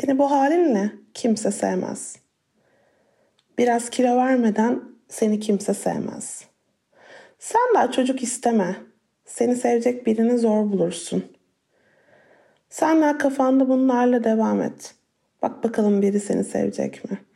Seni bu halinle kimse sevmez. Biraz kilo vermeden seni kimse sevmez. Sen daha çocuk isteme. Seni sevecek birini zor bulursun. Sen daha kafanda bunlarla devam et. Bak bakalım biri seni sevecek mi?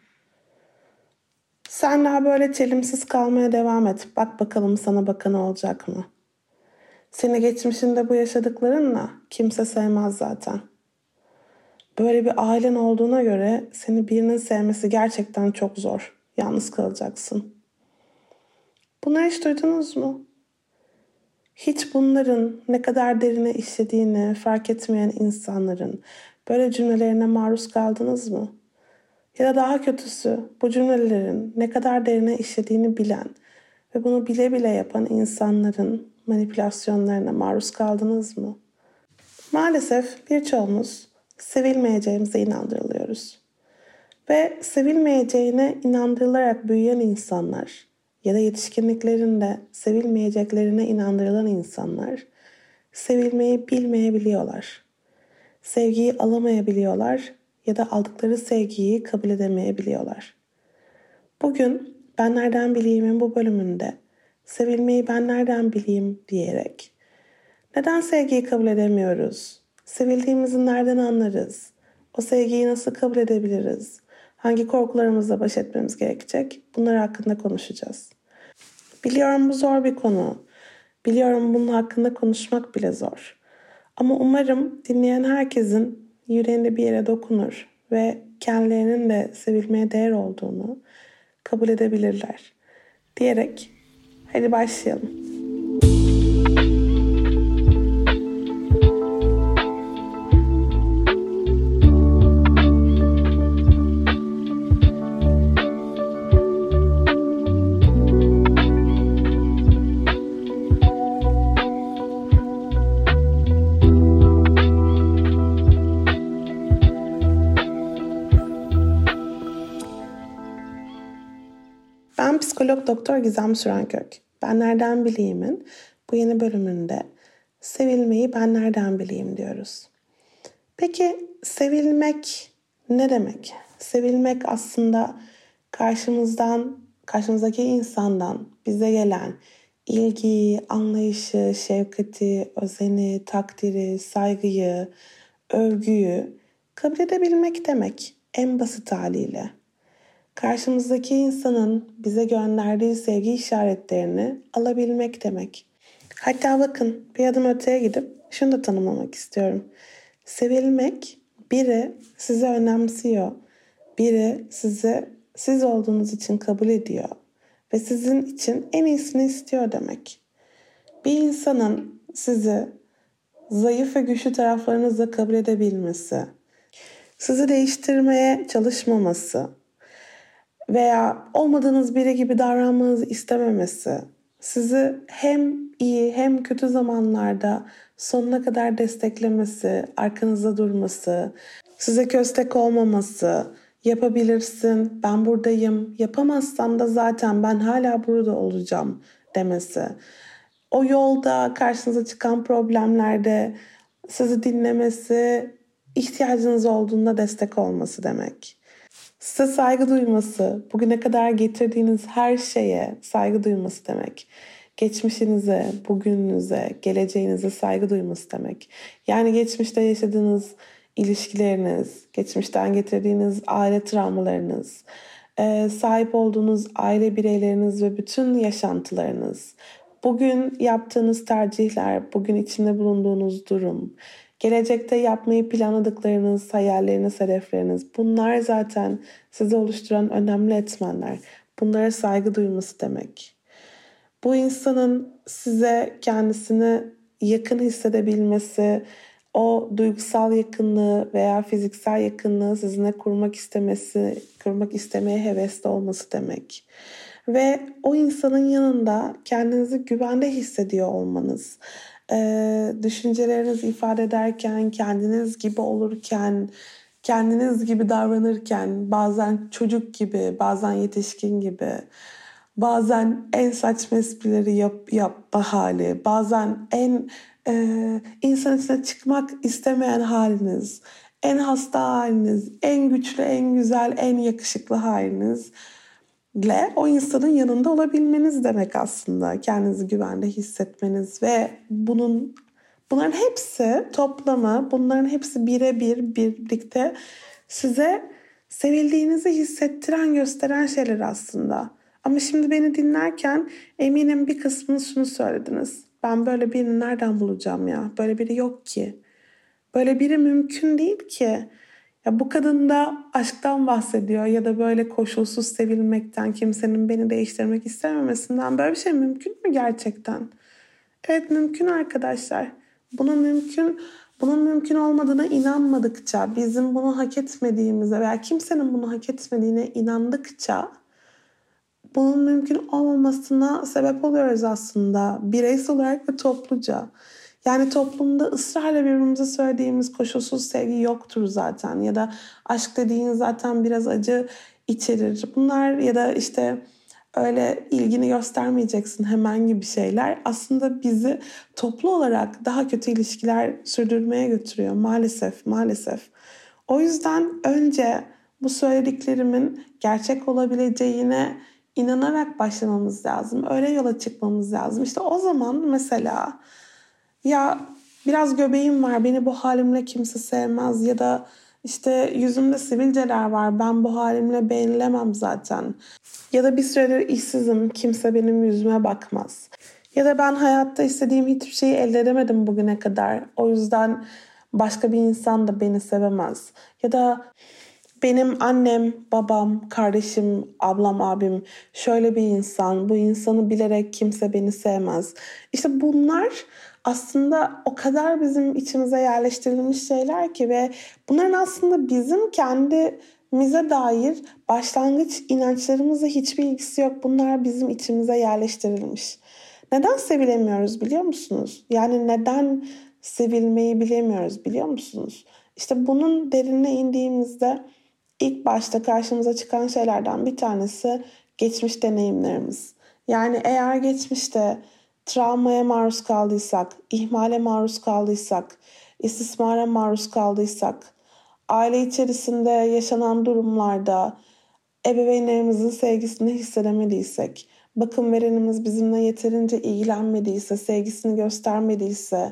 Sen daha böyle çelimsiz kalmaya devam et. Bak bakalım sana bakan olacak mı? Seni geçmişinde bu yaşadıklarınla kimse sevmez zaten. Böyle bir ailen olduğuna göre seni birinin sevmesi gerçekten çok zor. Yalnız kalacaksın. Bunları hiç duydunuz mu? Hiç bunların ne kadar derine işlediğini fark etmeyen insanların böyle cümlelerine maruz kaldınız mı? Ya da daha kötüsü bu cümlelerin ne kadar derine işlediğini bilen ve bunu bile bile yapan insanların manipülasyonlarına maruz kaldınız mı? Maalesef birçoğumuz sevilmeyeceğimize inandırılıyoruz. Ve sevilmeyeceğine inandırılarak büyüyen insanlar ya da yetişkinliklerinde sevilmeyeceklerine inandırılan insanlar sevilmeyi bilmeyebiliyorlar. Sevgiyi alamayabiliyorlar ya da aldıkları sevgiyi kabul edemeyebiliyorlar. Bugün Ben Nereden Bileyim'in bu bölümünde sevilmeyi ben nereden bileyim diyerek neden sevgiyi kabul edemiyoruz? Sevildiğimizi nereden anlarız? O sevgiyi nasıl kabul edebiliriz? Hangi korkularımızla baş etmemiz gerekecek? Bunlar hakkında konuşacağız. Biliyorum bu zor bir konu. Biliyorum bunun hakkında konuşmak bile zor. Ama umarım dinleyen herkesin yüreğinde bir yere dokunur ve kendilerinin de sevilmeye değer olduğunu kabul edebilirler. Diyerek hadi başlayalım. Ben psikolog doktor Gizem Sürenkök. Ben Nereden Bileyim'in bu yeni bölümünde sevilmeyi ben nereden bileyim diyoruz. Peki sevilmek ne demek? Sevilmek aslında karşımızdaki insandan bize gelen ilgiyi, anlayışı, şefkati, özeni, takdiri, saygıyı, övgüyü kabul edebilmek demek en basit haliyle. Karşımızdaki insanın bize gönderdiği sevgi işaretlerini alabilmek demek. Hatta bakın bir adım öteye gidip şunu da tanımlamak istiyorum. Sevilmek, biri sizi önemsiyor, biri sizi siz olduğunuz için kabul ediyor ve sizin için en iyisini istiyor demek. Bir insanın sizi zayıf ve güçlü taraflarınızla kabul edebilmesi, sizi değiştirmeye çalışmaması veya olmadığınız biri gibi davranmanızı istememesi, sizi hem iyi hem kötü zamanlarda sonuna kadar desteklemesi, arkanızda durması, size köstek olmaması, yapabilirsin, ben buradayım, yapamazsam da zaten ben hala burada olacağım demesi. O yolda karşınıza çıkan problemlerde sizi dinlemesi, ihtiyacınız olduğunda destek olması demek. Size saygı duyması, bugüne kadar getirdiğiniz her şeye saygı duyması demek. Geçmişinize, bugününüze, geleceğinize saygı duyması demek. Yani geçmişte yaşadığınız ilişkileriniz, geçmişten getirdiğiniz aile travmalarınız, sahip olduğunuz aile bireyleriniz ve bütün yaşantılarınız, bugün yaptığınız tercihler, bugün içinde bulunduğunuz durum, gelecekte yapmayı planladıklarınız, hayalleriniz, hedefleriniz, bunlar zaten sizi oluşturan önemli etmenler. Bunlara saygı duyması demek. Bu insanın size kendisini yakın hissedebilmesi, o duygusal yakınlığı veya fiziksel yakınlığı sizinle kurmak istemeye hevesli olması demek. Ve o insanın yanında kendinizi güvende hissediyor olmanız, düşüncelerinizi ifade ederken, kendiniz gibi olurken, kendiniz gibi davranırken, bazen çocuk gibi, bazen yetişkin gibi, bazen en saçma esprileri yapma hali, bazen en insan içine çıkmak istemeyen haliniz, en hasta haliniz, en güçlü, en güzel, en yakışıklı halinizle o insanın yanında olabilmeniz demek aslında. Kendinizi güvende hissetmeniz ve bunların hepsi toplamı, bunların hepsi birebir birlikte size sevildiğinizi hissettiren, gösteren şeyler aslında. Ama şimdi beni dinlerken eminim bir kısmınız şunu söylediniz. Ben böyle birini nereden bulacağım ya? Böyle biri yok ki. Böyle biri mümkün değil ki. Ya bu kadın da aşktan bahsediyor ya da böyle koşulsuz sevilmekten, kimsenin beni değiştirmek istememesinden. Böyle bir şey mümkün mü gerçekten? Evet, mümkün arkadaşlar. Bunun mümkün olmadığına inanmadıkça, bizim bunu hak etmediğimize veya kimsenin bunu hak etmediğine inandıkça bunun mümkün olmamasına sebep oluyoruz aslında. Bireysel olarak ve topluca. Yani toplumda ısrarla birbirimize söylediğimiz koşulsuz sevgi yoktur zaten. Ya da aşk dediğin zaten biraz acı içerir. Bunlar ya da işte öyle ilgini göstermeyeceksin hemen gibi şeyler aslında bizi toplu olarak daha kötü ilişkiler sürdürmeye götürüyor maalesef, maalesef. O yüzden önce bu söylediklerimin gerçek olabileceğine inanarak başlamamız lazım. Öyle yola çıkmamız lazım. İşte o zaman mesela ya biraz göbeğim var, beni bu halimle kimse sevmez ya da işte yüzümde sivilceler var, ben bu halimle beğenilemem zaten. Ya da bir süredir işsizim, kimse benim yüzüme bakmaz. Ya da ben hayatta istediğim hiçbir şeyi elde edemedim bugüne kadar. O yüzden başka bir insan da beni sevemez. Ya da benim annem, babam, kardeşim, ablam, abim şöyle bir insan. Bu insanı bilerek kimse beni sevmez. İşte bunlar aslında o kadar bizim içimize yerleştirilmiş şeyler ki ve bunların aslında bizim kendimize dair başlangıç inançlarımızla hiçbir ilgisi yok. Bunlar bizim içimize yerleştirilmiş. Neden sevilemiyoruz biliyor musunuz? Yani neden sevilmeyi bilemiyoruz biliyor musunuz? İşte bunun derinine indiğimizde İlk başta karşımıza çıkan şeylerden bir tanesi geçmiş deneyimlerimiz. Yani eğer geçmişte travmaya maruz kaldıysak, ihmale maruz kaldıysak, istismara maruz kaldıysak, aile içerisinde yaşanan durumlarda ebeveynlerimizin sevgisini hissedemediysek, bakım verenimiz bizimle yeterince ilgilenmediyse, sevgisini göstermediyse,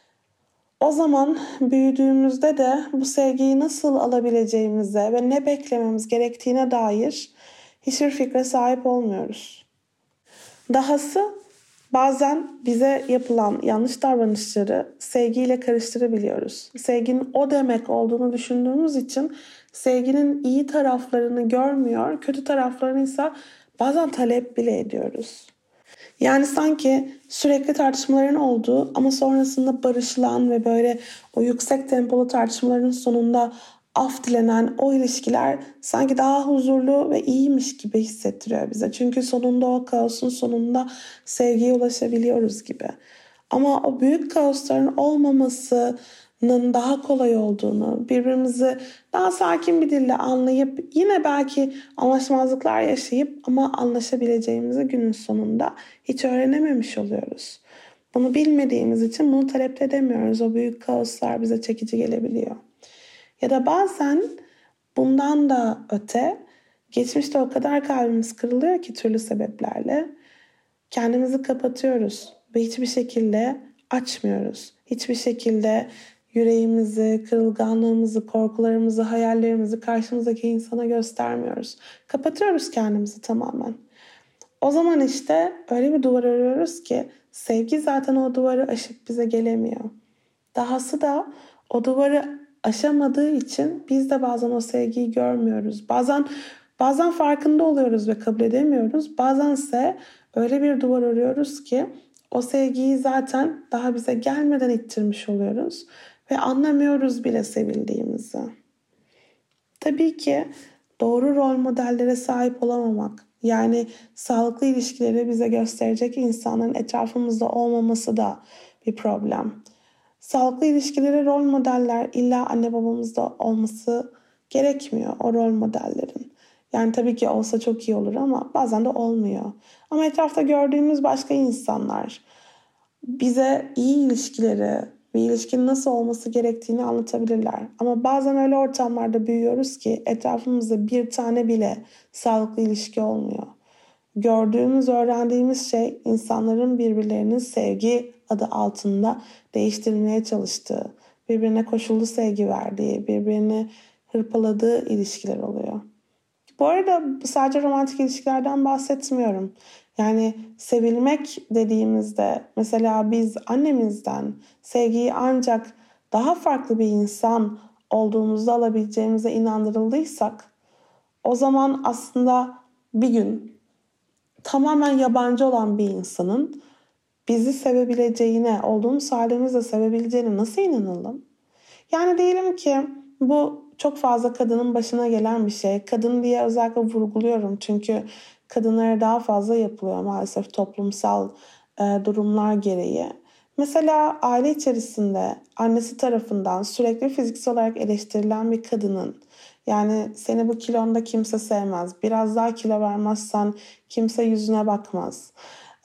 o zaman büyüdüğümüzde de bu sevgiyi nasıl alabileceğimize ve ne beklememiz gerektiğine dair hiçbir fikre sahip olmuyoruz. Dahası bazen bize yapılan yanlış davranışları sevgiyle karıştırabiliyoruz. Sevginin o demek olduğunu düşündüğümüz için sevginin iyi taraflarını görmüyor, kötü taraflarını ise bazen talep bile ediyoruz. Yani sanki sürekli tartışmaların olduğu ama sonrasında barışılan ve böyle o yüksek tempolu tartışmaların sonunda af dilenen o ilişkiler sanki daha huzurlu ve iyiymiş gibi hissettiriyor bize. Çünkü sonunda o kaosun sonunda sevgiye ulaşabiliyoruz gibi. Ama o büyük kaosların olmamasının daha kolay olduğunu, birbirimizi daha sakin bir dille anlayıp yine belki anlaşmazlıklar yaşayıp ama anlaşabileceğimizi günün sonunda hiç öğrenememiş oluyoruz. Bunu bilmediğimiz için bunu talep edemiyoruz. O büyük kaoslar bize çekici gelebiliyor. Ya da bazen bundan da öte geçmişte o kadar kalbimiz kırılıyor ki türlü sebeplerle kendimizi kapatıyoruz ve hiçbir şekilde açmıyoruz. Hiçbir şekilde yüreğimizi, kırılganlığımızı, korkularımızı, hayallerimizi karşımızdaki insana göstermiyoruz. Kapatıyoruz kendimizi tamamen. O zaman işte öyle bir duvar örüyoruz ki sevgi zaten o duvarı aşıp bize gelemiyor. Dahası da o duvarı aşamadığı için biz de bazen o sevgiyi görmüyoruz. Bazen farkında oluyoruz ve kabul edemiyoruz. Bazense öyle bir duvar örüyoruz ki o sevgiyi zaten daha bize gelmeden ittirmiş oluyoruz ve anlamıyoruz bile sevildiğimizi. Tabii ki doğru rol modellere sahip olamamak, yani sağlıklı ilişkileri bize gösterecek insanların etrafımızda olmaması da bir problem. Sağlıklı ilişkilere rol modeller illa anne babamızda olması gerekmiyor o rol modellerin. Yani tabii ki olsa çok iyi olur ama bazen de olmuyor. Ama etrafta gördüğümüz başka insanlar bize iyi ilişkileri bir ilişkinin nasıl olması gerektiğini anlatabilirler. Ama bazen öyle ortamlarda büyüyoruz ki etrafımızda bir tane bile sağlıklı ilişki olmuyor. Gördüğümüz, öğrendiğimiz şey insanların birbirlerinin sevgi adı altında değiştirmeye çalıştığı, birbirine koşullu sevgi verdiği, birbirini hırpaladığı ilişkiler oluyor. Bu arada sadece romantik ilişkilerden bahsetmiyorum. Yani sevilmek dediğimizde mesela biz annemizden sevgiyi ancak daha farklı bir insan olduğumuzda alabileceğimize inandırıldıysak o zaman aslında bir gün tamamen yabancı olan bir insanın bizi sevebileceğine, olduğumuz halimizle sevebileceğine nasıl inanalım? Yani diyelim ki bu çok fazla kadının başına gelen bir şey. Kadın diye özellikle vurguluyorum çünkü kadınlara daha fazla yapılıyor maalesef toplumsal durumlar gereği. Mesela aile içerisinde annesi tarafından sürekli fiziksel olarak eleştirilen bir kadının yani seni bu kilonda kimse sevmez, biraz daha kilo vermezsen kimse yüzüne bakmaz.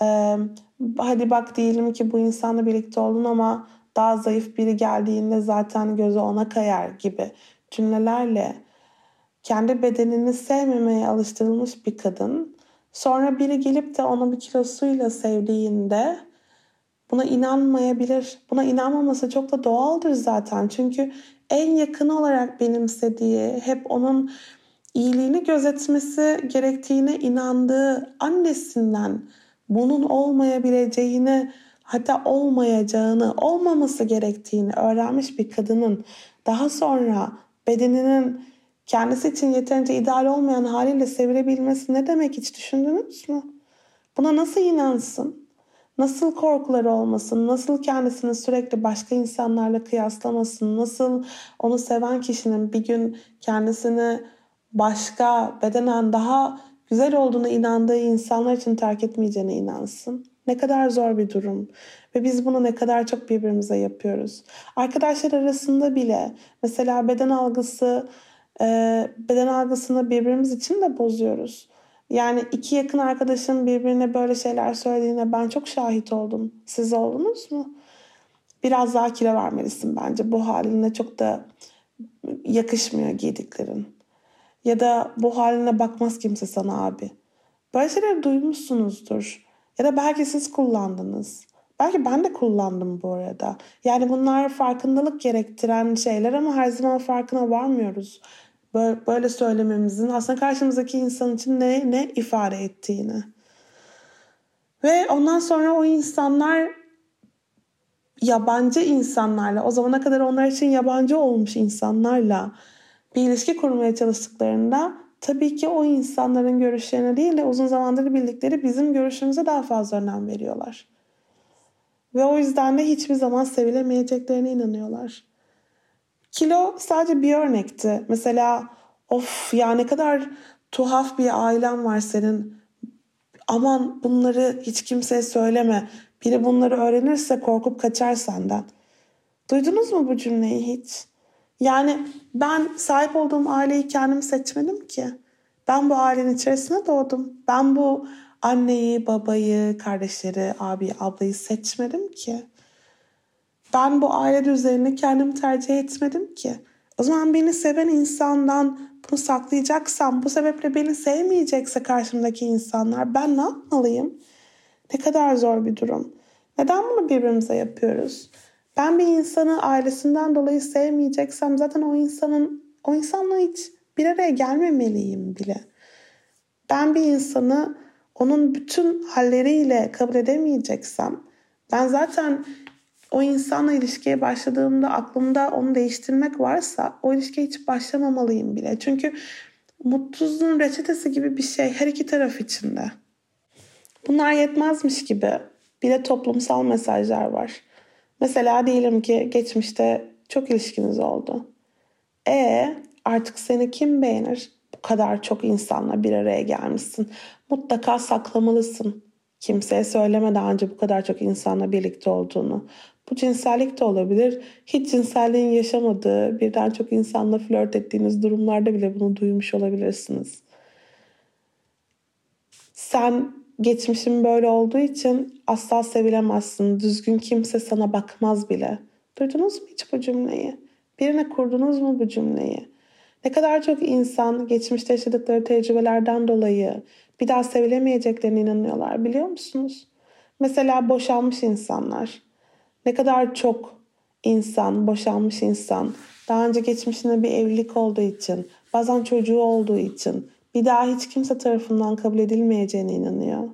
Hadi bak diyelim ki bu insanla birlikte oldun ama daha zayıf biri geldiğinde zaten gözü ona kayar gibi cümlelerle kendi bedenini sevmemeye alıştırılmış bir kadın sonra biri gelip de onu bir kilosuyla sevdiğinde buna inanmayabilir. Buna inanmaması çok da doğaldır zaten. Çünkü en yakın olarak benimsediği, hep onun iyiliğini gözetmesi gerektiğine inandığı annesinden bunun olmayabileceğini, hatta olmayacağını, olmaması gerektiğini öğrenmiş bir kadının daha sonra bedeninin kendisi için yeterince ideal olmayan haliyle sevilebilmesi ne demek, hiç düşündünüz mü? Buna nasıl inansın? Nasıl korkuları olmasın? Nasıl kendisini sürekli başka insanlarla kıyaslamasın? Nasıl onu seven kişinin bir gün kendisini başka, bedenen daha güzel olduğuna inandığı insanlar için terk etmeyeceğine inansın? Ne kadar zor bir durum. Ve biz bunu ne kadar çok birbirimize yapıyoruz. Arkadaşlar arasında bile mesela beden algısını birbirimiz için de bozuyoruz. Yani iki yakın arkadaşın birbirine böyle şeyler söylediğine ben çok şahit oldum. Siz oldunuz mu? Biraz daha kilo vermelisin bence. Bu haline çok da yakışmıyor giydiklerin. Ya da bu haline bakmaz kimse sana abi. Böyle şeyler duymuşsunuzdur. Ya da belki siz kullandınız. Belki ben de kullandım bu arada. Yani bunlar farkındalık gerektiren şeyler ama her zaman farkına varmıyoruz. Böyle söylememizin aslında karşımızdaki insan için ne ifade ettiğini. Ve ondan sonra o insanlar yabancı insanlarla, o zamana kadar onlar için yabancı olmuş insanlarla bir ilişki kurmaya çalıştıklarında tabii ki o insanların görüşlerine değil de uzun zamandır bildikleri bizim görüşümüze daha fazla önem veriyorlar. Ve o yüzden de hiçbir zaman sevilemeyeceklerine inanıyorlar. Kilo sadece bir örnekti. Mesela of ya ne kadar tuhaf bir ailen var senin. Aman bunları hiç kimseye söyleme. Biri bunları öğrenirse korkup kaçar senden. Duydunuz mu bu cümleyi hiç? Yani ben sahip olduğum aileyi kendim seçmedim ki. Ben bu ailenin içerisine doğdum. Ben bu anneyi, babayı, kardeşleri, abi, ablayı seçmedim ki. Ben bu aile düzenini kendim tercih etmedim ki. O zaman beni seven insandan bunu saklayacaksam, bu sebeple beni sevmeyecekse karşımdaki insanlar ben ne yapmalıyım? Ne kadar zor bir durum. Neden bunu birbirimize yapıyoruz? Ben bir insanı ailesinden dolayı sevmeyeceksem zaten o insanla hiç bir araya gelmemeliyim bile. Ben bir insanı onun bütün halleriyle kabul edemeyeceksem ben zaten o insanla ilişkiye başladığımda aklımda onu değiştirmek varsa o ilişkiye hiç başlamamalıyım bile. Çünkü mutsuzluğun reçetesi gibi bir şey her iki taraf için de. Bunlar yetmezmiş gibi bir de toplumsal mesajlar var. Mesela diyelim ki geçmişte çok ilişkiniz oldu. Artık seni kim beğenir? Bu kadar çok insanla bir araya gelmişsin. Mutlaka saklamalısın. Kimseye söyleme daha önce bu kadar çok insanla birlikte olduğunu. Bu cinsellik de olabilir. Hiç cinselliğin yaşamadığı, birden çok insanla flört ettiğiniz durumlarda bile bunu duymuş olabilirsiniz. Sen geçmişin böyle olduğu için asla sevilemezsin. Düzgün kimse sana bakmaz bile. Duydunuz mu hiç bu cümleyi? Birine kurdunuz mu bu cümleyi? Ne kadar çok insan geçmişte yaşadıkları tecrübelerden dolayı bir daha sevilemeyeceklerine inanıyorlar biliyor musunuz? Mesela boşanmış insanlar. Ne kadar çok boşanmış insan daha önce geçmişinde bir evlilik olduğu için, bazen çocuğu olduğu için bir daha hiç kimse tarafından kabul edilmeyeceğine inanıyor.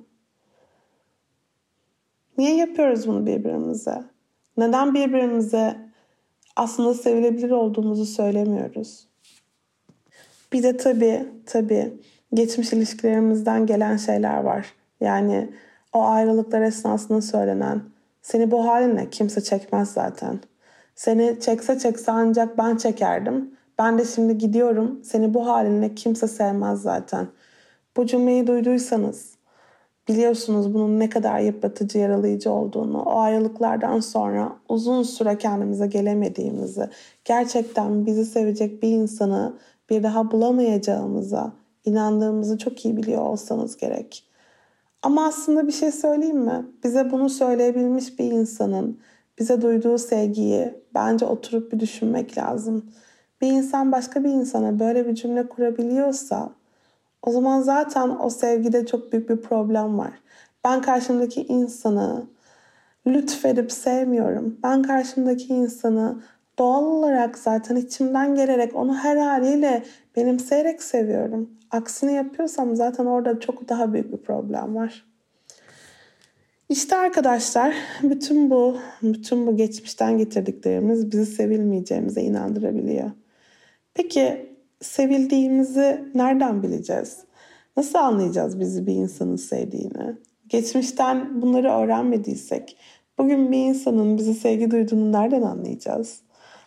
Niye yapıyoruz bunu birbirimize? Neden birbirimize aslında sevilebilir olduğumuzu söylemiyoruz? Bir de tabii geçmiş ilişkilerimizden gelen şeyler var. Yani o ayrılıklar esnasında söylenen, seni bu halinle kimse çekmez zaten. Seni çekse ancak ben çekerdim. Ben de şimdi gidiyorum, seni bu halinle kimse sevmez zaten. Bu cümleyi duyduysanız biliyorsunuz bunun ne kadar yıpratıcı, yaralayıcı olduğunu, o ayrılıklardan sonra uzun süre kendimize gelemediğimizi, gerçekten bizi sevecek bir insanı bir daha bulamayacağımıza inandığımızı çok iyi biliyor olsanız gerek. Ama aslında bir şey söyleyeyim mi? Bize bunu söyleyebilmiş bir insanın bize duyduğu sevgiyi bence oturup bir düşünmek lazım. Bir insan başka bir insana böyle bir cümle kurabiliyorsa o zaman zaten o sevgide çok büyük bir problem var. Ben karşımdaki insanı lütfedip sevmiyorum. Ben karşımdaki insanı doğal olarak zaten içimden gelerek onu her haliyle benimseyerek seviyorum. Aksini yapıyorsam zaten orada çok daha büyük bir problem var. İşte arkadaşlar bütün bu geçmişten getirdiklerimiz bizi sevilmeyeceğimize inandırabiliyor. Peki sevildiğimizi nereden bileceğiz? Nasıl anlayacağız bizi bir insanın sevdiğini? Geçmişten bunları öğrenmediysek bugün bir insanın bize sevgi duyduğunu nereden anlayacağız?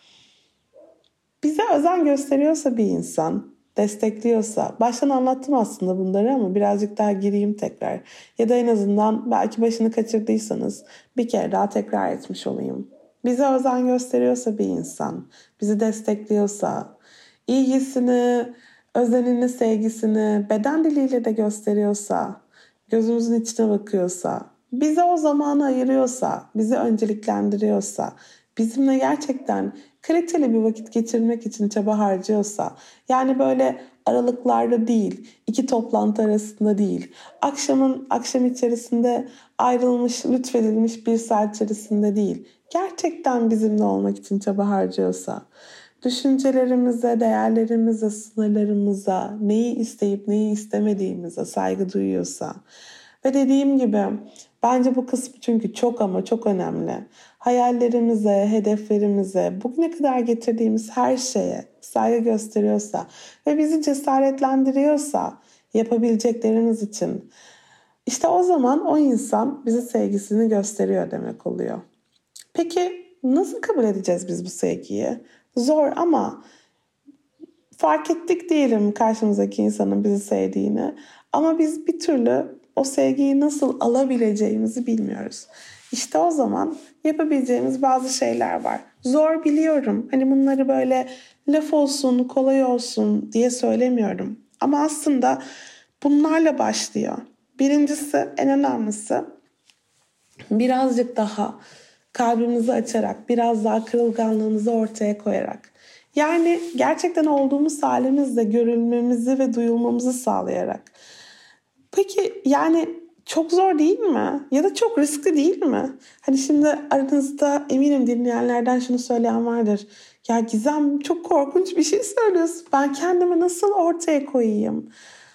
Bize özen gösteriyorsa bir insan, destekliyorsa, baştan anlattım aslında bunları ama birazcık daha gireyim tekrar. Ya da en azından belki başını kaçırdıysanız bir kere daha tekrar etmiş olayım. Bize özen gösteriyorsa bir insan, bizi destekliyorsa, ilgisini, özenini, sevgisini beden diliyle de gösteriyorsa, gözümüzün içine bakıyorsa, bize o zamanı ayırıyorsa, bizi önceliklendiriyorsa, bizimle gerçekten kaliteli bir vakit geçirmek için çaba harcıyorsa, yani böyle aralıklarda değil, iki toplantı arasında değil, akşam içerisinde ayrılmış, lütfedilmiş bir saat içerisinde değil, gerçekten bizimle olmak için çaba harcıyorsa, düşüncelerimize, değerlerimize, sınırlarımıza, neyi isteyip neyi istemediğimize saygı duyuyorsa ve dediğim gibi bence bu kısmı çünkü çok ama çok önemli. Hayallerimize, hedeflerimize, bugüne kadar getirdiğimiz her şeye saygı gösteriyorsa ve bizi cesaretlendiriyorsa yapabileceklerimiz için işte o zaman o insan bize sevgisini gösteriyor demek oluyor. Peki nasıl kabul edeceğiz biz bu sevgiyi? Zor ama fark ettik diyelim karşımızdaki insanın bizi sevdiğini. Ama biz bir türlü o sevgiyi nasıl alabileceğimizi bilmiyoruz. İşte o zaman yapabileceğimiz bazı şeyler var. Zor biliyorum. Hani bunları böyle laf olsun, kolay olsun diye söylemiyorum. Ama aslında bunlarla başlıyor. Birincisi, en önemlisi birazcık daha kalbimizi açarak, biraz daha kırılganlığımızı ortaya koyarak. Yani gerçekten olduğumuz halimizle görülmemizi ve duyulmamızı sağlayarak. Peki yani çok zor değil mi? Ya da çok riskli değil mi? Hani şimdi aranızda eminim dinleyenlerden şunu söyleyen vardır. Ya Gizem çok korkunç bir şey söylüyorsun. Ben kendimi nasıl ortaya koyayım?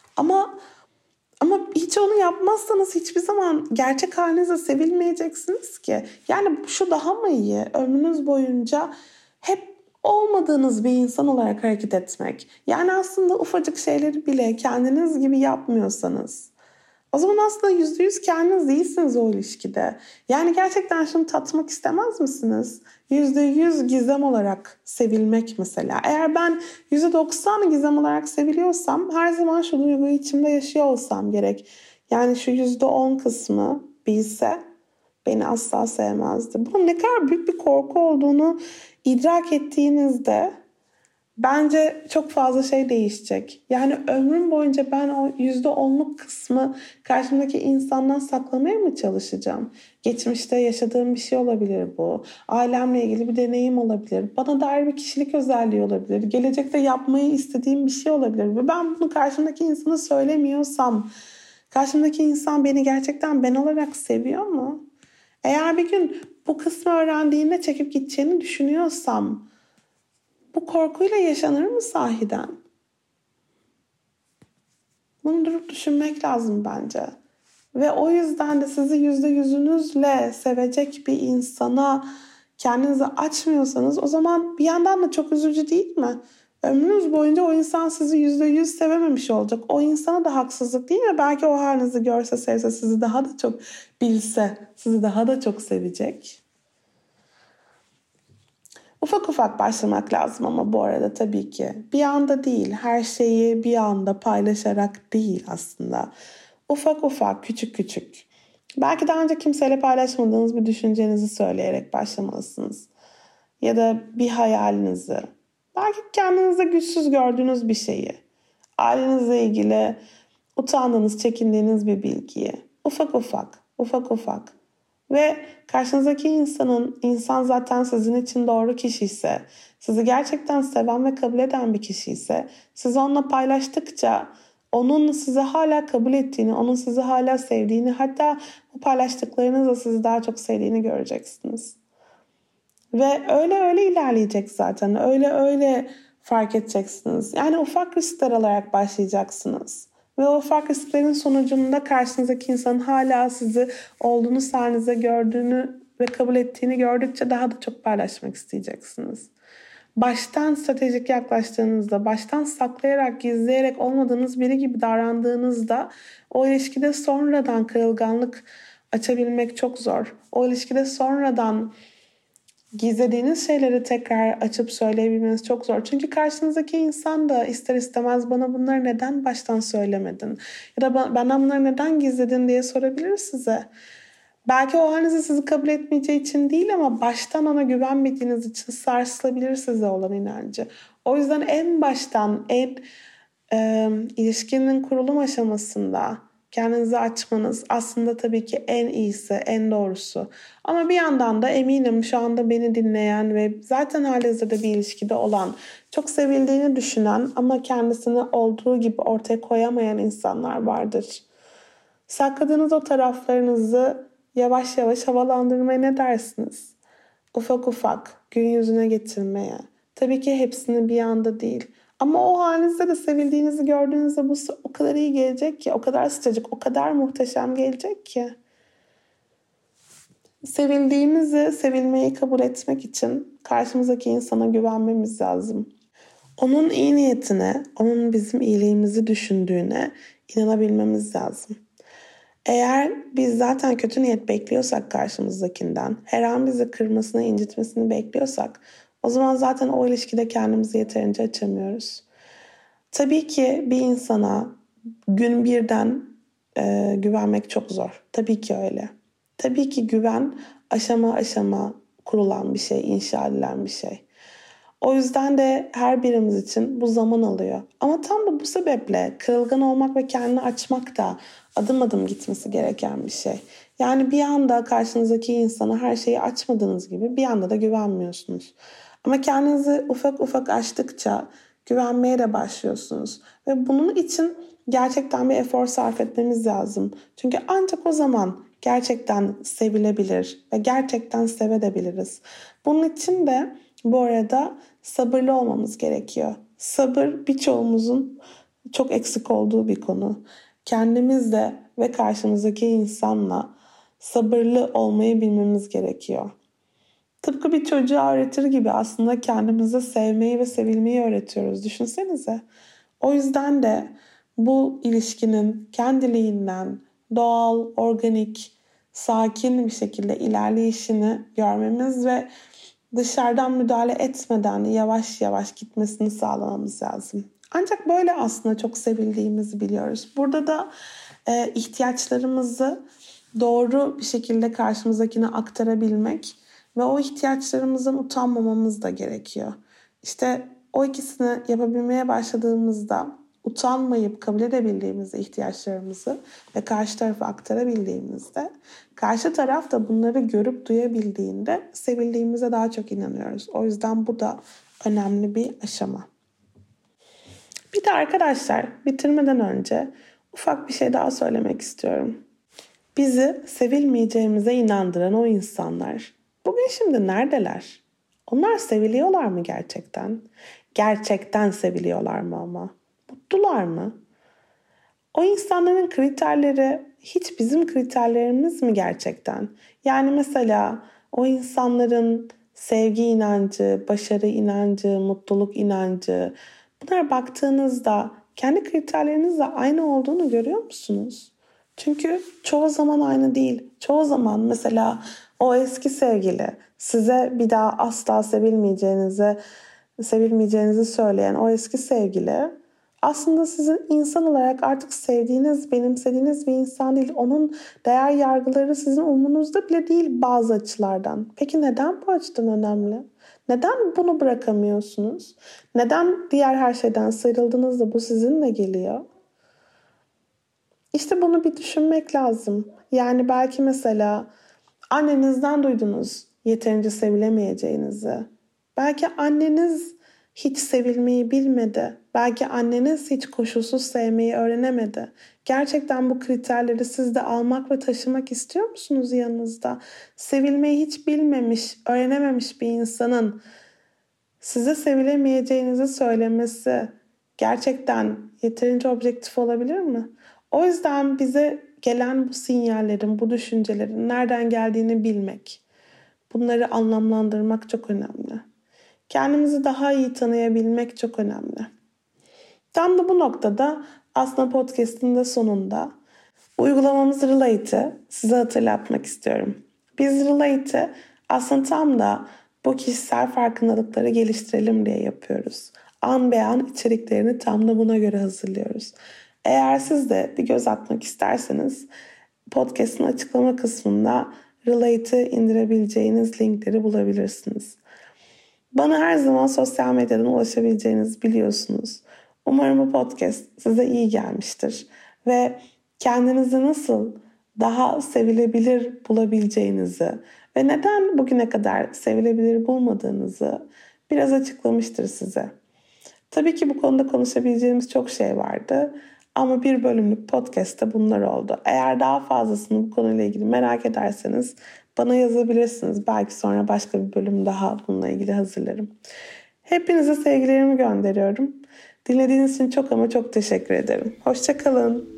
Ama hiç onu yapmazsanız hiçbir zaman gerçek halinizle sevilmeyeceksiniz ki. Yani şu daha mı iyi? Ömrünüz boyunca hep olmadığınız bir insan olarak hareket etmek. Yani aslında ufacık şeyleri bile kendiniz gibi yapmıyorsanız. O zaman aslında %100 kendiniz değilsiniz o ilişkide. Yani gerçekten şunu tatmak istemez misiniz? %100 Gizem olarak sevilmek mesela. Eğer ben %90 Gizem olarak seviliyorsam her zaman şu duyguyu içimde yaşıyor olsam gerek. Yani şu %10 kısmı bilse beni asla sevmezdi. Bunun ne kadar büyük bir korku olduğunu idrak ettiğinizde bence çok fazla şey değişecek. Yani ömrüm boyunca ben o %10'luk kısmı karşımdaki insandan saklamaya mı çalışacağım? Geçmişte yaşadığım bir şey olabilir bu. Ailemle ilgili bir deneyim olabilir. Bana dair bir kişilik özelliği olabilir. Gelecekte yapmayı istediğim bir şey olabilir. Ve ben bunu karşımdaki insana söylemiyorsam, karşımdaki insan beni gerçekten ben olarak seviyor mu? Eğer bir gün bu kısmı öğrendiğinde çekip gideceğini düşünüyorsam, bu korkuyla yaşanır mı sahiden? Bunu durup düşünmek lazım bence. Ve o yüzden de sizi %100'ünüzle sevecek bir insana kendinizi açmıyorsanız o zaman bir yandan da çok üzücü değil mi? Ömrünüz boyunca o insan sizi %100 sevememiş olacak. O insana da haksızlık değil mi? Belki o halinizi görse, sevse, sizi daha da çok bilse, sizi daha da çok sevecek. Ufak ufak başlamak lazım ama bu arada tabii ki. Bir anda değil, her şeyi bir anda paylaşarak değil aslında. Ufak ufak, küçük küçük. Belki daha önce kimseyle paylaşmadığınız bir düşüncenizi söyleyerek başlamalısınız. Ya da bir hayalinizi. Belki kendinizde güçsüz gördüğünüz bir şeyi. Ailenizle ilgili utandığınız, çekindiğiniz bir bilgiyi. Ufak ufak, ufak ufak. Ve karşınızdaki insan zaten sizin için doğru kişi ise, sizi gerçekten seven ve kabul eden bir kişi ise, siz onunla paylaştıkça onun sizi hala kabul ettiğini, onun sizi hala sevdiğini, hatta bu paylaştıklarınızla sizi daha çok sevdiğini göreceksiniz. Ve öyle öyle ilerleyecek zaten. Öyle öyle fark edeceksiniz. Yani ufak riskler alarak başlayacaksınız. Ve o ufak risklerin sonucunda karşınızdaki insanın hala sizi olduğunuz halinizde gördüğünü ve kabul ettiğini gördükçe daha da çok paylaşmak isteyeceksiniz. Baştan stratejik yaklaştığınızda, baştan saklayarak, gizleyerek olmadığınız biri gibi davrandığınızda o ilişkide sonradan kırılganlık açabilmek çok zor. O ilişkide sonradan gizlediğiniz şeyleri tekrar açıp söyleyebilmeniz çok zor. Çünkü karşınızdaki insan da ister istemez bana bunları neden baştan söylemedin? Ya da benden bunları neden gizledin diye sorabilir size. Belki o halinizi sizi kabul etmeyeceği için değil ama baştan ona güvenmediğiniz için sarsılabilir size olan inancı. O yüzden en baştan, ilişkinin kurulum aşamasında kendinizi açmanız aslında tabii ki en iyisi, en doğrusu. Ama bir yandan da eminim şu anda beni dinleyen ve zaten halihazırda bir ilişkide olan, çok sevildiğini düşünen ama kendisini olduğu gibi ortaya koyamayan insanlar vardır. Sakladığınız o taraflarınızı yavaş yavaş havalandırmaya ne dersiniz? Ufak ufak gün yüzüne getirmeye. Tabii ki hepsini bir anda değil. Ama o halinizde de sevildiğinizi gördüğünüzde bu o kadar iyi gelecek ki, o kadar sıcacık, o kadar muhteşem gelecek ki. Sevildiğimizi, sevilmeyi kabul etmek için karşımızdaki insana güvenmemiz lazım. Onun iyi niyetine, onun bizim iyiliğimizi düşündüğüne inanabilmemiz lazım. Eğer biz zaten kötü niyet bekliyorsak karşımızdakinden, her an bizi kırmasını, incitmesini bekliyorsak, o zaman zaten o ilişkide kendimizi yeterince açamıyoruz. Tabii ki bir insana gün birden güvenmek çok zor. Tabii ki öyle. Tabii ki güven aşama aşama kurulan bir şey, inşa edilen bir şey. O yüzden de her birimiz için bu zaman alıyor. Ama tam da bu sebeple kırılgan olmak ve kendini açmak da adım adım gitmesi gereken bir şey. Yani bir anda karşınızdaki insana her şeyi açmadığınız gibi bir anda da güvenmiyorsunuz. Ama kendinizi ufak ufak açtıkça güvenmeye de başlıyorsunuz. Ve bunun için gerçekten bir efor sarf etmemiz lazım. Çünkü ancak o zaman gerçekten sevilebilir ve gerçekten sevebiliriz. Bunun için de bu arada sabırlı olmamız gerekiyor. Sabır birçoğumuzun çok eksik olduğu bir konu. Kendimizle ve karşımızdaki insanla sabırlı olmayı bilmemiz gerekiyor. Tıpkı bir çocuğa öğretir gibi aslında kendimize sevmeyi ve sevilmeyi öğretiyoruz. Düşünsenize. O yüzden de bu ilişkinin kendiliğinden doğal, organik, sakin bir şekilde ilerleyişini görmemiz ve dışarıdan müdahale etmeden yavaş yavaş gitmesini sağlamamız lazım. Ancak böyle aslında çok sevildiğimizi biliyoruz. Burada da ihtiyaçlarımızı doğru bir şekilde karşımızdakine aktarabilmek ve o ihtiyaçlarımızdan utanmamamız da gerekiyor. İşte o ikisini yapabilmeye başladığımızda, utanmayıp kabul edebildiğimizde ihtiyaçlarımızı ve karşı tarafa aktarabildiğimizde, karşı taraf da bunları görüp duyabildiğinde sevildiğimize daha çok inanıyoruz. O yüzden bu da önemli bir aşama. Bir de arkadaşlar, bitirmeden önce ufak bir şey daha söylemek istiyorum. Bizi sevilmeyeceğimize inandıran o insanlar bugün şimdi neredeler? Onlar seviliyorlar mı gerçekten? Gerçekten seviliyorlar mı ama? Mutlular mı? O insanların kriterleri hiç bizim kriterlerimiz mi gerçekten? Yani mesela o insanların sevgi inancı, başarı inancı, mutluluk inancı, bunlara baktığınızda kendi kriterlerinizle aynı olduğunu görüyor musunuz? Çünkü çoğu zaman aynı değil. Çoğu zaman mesela o eski sevgili size bir daha asla sevilmeyeceğinizi söyleyen o eski sevgili aslında sizin insan olarak artık sevdiğiniz, benimsediğiniz bir insan değil. Onun değer yargıları sizin umurunuzda bile değil bazı açılardan. Peki neden bu açıdan önemli? Neden bunu bırakamıyorsunuz? Neden diğer her şeyden sıyrıldığınızda bu sizinle geliyor? İşte bunu bir düşünmek lazım. Yani belki mesela annenizden duydunuz yeterince sevilemeyeceğinizi. Belki anneniz hiç sevilmeyi bilmedi. Belki anneniz hiç koşulsuz sevmeyi öğrenemedi. Gerçekten bu kriterleri siz de almak ve taşımak istiyor musunuz yanınızda? Sevilmeyi hiç bilmemiş, öğrenememiş bir insanın size sevilemeyeceğinizi söylemesi gerçekten yeterince objektif olabilir mi? O yüzden bize gelen bu sinyallerin, bu düşüncelerin nereden geldiğini bilmek, bunları anlamlandırmak çok önemli. Kendimizi daha iyi tanıyabilmek çok önemli. Tam da bu noktada aslında podcast'in de sonunda uygulamamız Relate'i size hatırlatmak istiyorum. Biz Relate'i aslında tam da bu kişisel farkındalıkları geliştirelim diye yapıyoruz. An be an içeriklerini tam da buna göre hazırlıyoruz. Eğer siz de bir göz atmak isterseniz podcast'ın açıklama kısmında Relate'i indirebileceğiniz linkleri bulabilirsiniz. Bana her zaman sosyal medyadan ulaşabileceğinizi biliyorsunuz. Umarım bu podcast size iyi gelmiştir ve kendinizi nasıl daha sevilebilir bulabileceğinizi ve neden bugüne kadar sevilebilir bulmadığınızı biraz açıklamıştır size. Tabii ki bu konuda konuşabileceğimiz çok şey vardı ama bir bölümlük podcast'te bunlar oldu. Eğer daha fazlasını bu konuyla ilgili merak ederseniz bana yazabilirsiniz. Belki sonra başka bir bölüm daha bununla ilgili hazırlarım. Hepinize sevgilerimi gönderiyorum. Dinlediğiniz için çok ama çok teşekkür ederim. Hoşça kalın.